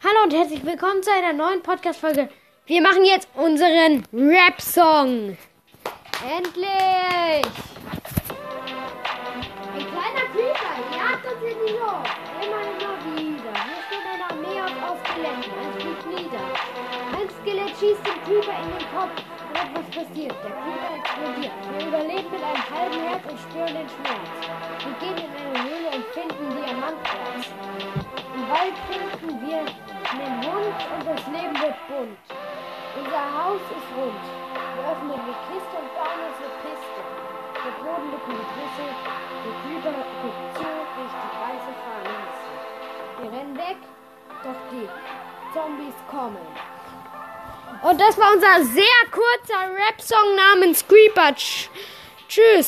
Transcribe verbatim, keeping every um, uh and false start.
Hallo und herzlich willkommen zu einer neuen Podcast-Folge. Wir machen jetzt unseren Rap-Song. Endlich! Ein kleiner Creeper jagt uns in die Luft. Immer, immer wieder. Hier steht eine Armee aus Skeletten. Es fliegt nieder. Ein Skelett schießt den Creeper in den Kopf. Und etwas passiert. Der Creeper explodiert. Wir überleben mit einem halben Herz und spüren den Schmerz. Wir gehen in eine Höhle und finden Diamanterz. Im Wald finden wir einen Hund und das Leben wird bunt. Unser Haus ist rund. Wir öffnen die Kiste und bauen uns eine Piste. Der Boden bekommt Risse. Der Creeper guckt zu durch die weiße Fahne. Wir rennen weg, doch die Zombies kommen. Und das war unser sehr kurzer Rap-Song namens Creeper. Tschüss.